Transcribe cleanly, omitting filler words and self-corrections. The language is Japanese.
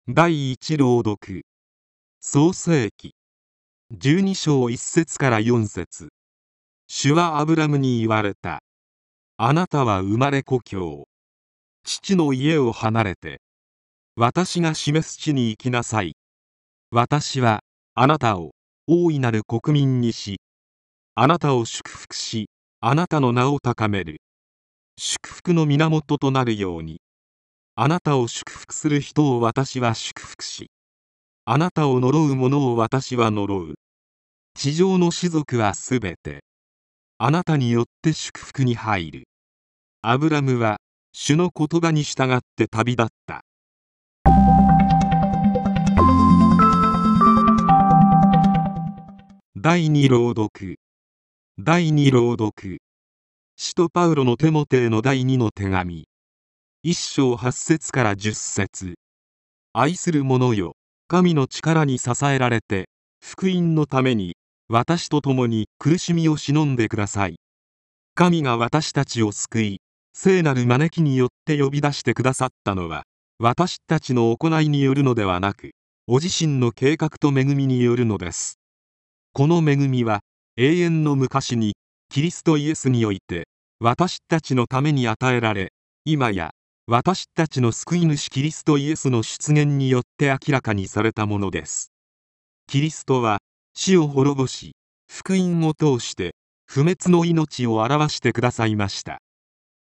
第一朗読創世記12章1節から4節。主はアブラムに言われた。あなたは生まれ故郷、父の家を離れて、私が示す地に行きなさい。私はあなたを大いなる国民にし、あなたを祝福し、あなたの名を高める。祝福の源となるように。あなたを祝福する人を私は祝福し、あなたを呪う者を私は呪う。地上の士族はすべて、あなたによって祝福に入る。アブラムは、主の言葉に従って旅立った。第二朗読使徒パウロのテモテへの第二の手紙1章8節から10節。愛する者よ、神の力に支えられて、福音のために、私と共に苦しみを忍んでください。神が私たちを救い、聖なる招きによって呼び出してくださったのは、私たちの行いによるのではなく、ご自身の計画と恵みによるのです。この恵みは、永遠の昔に、キリストイエスにおいて、私たちのために与えられ、今や、私たちの救い主キリストイエスの出現によって明らかにされたものです。キリストは死を滅ぼし、福音を通して不滅の命を表してくださいました。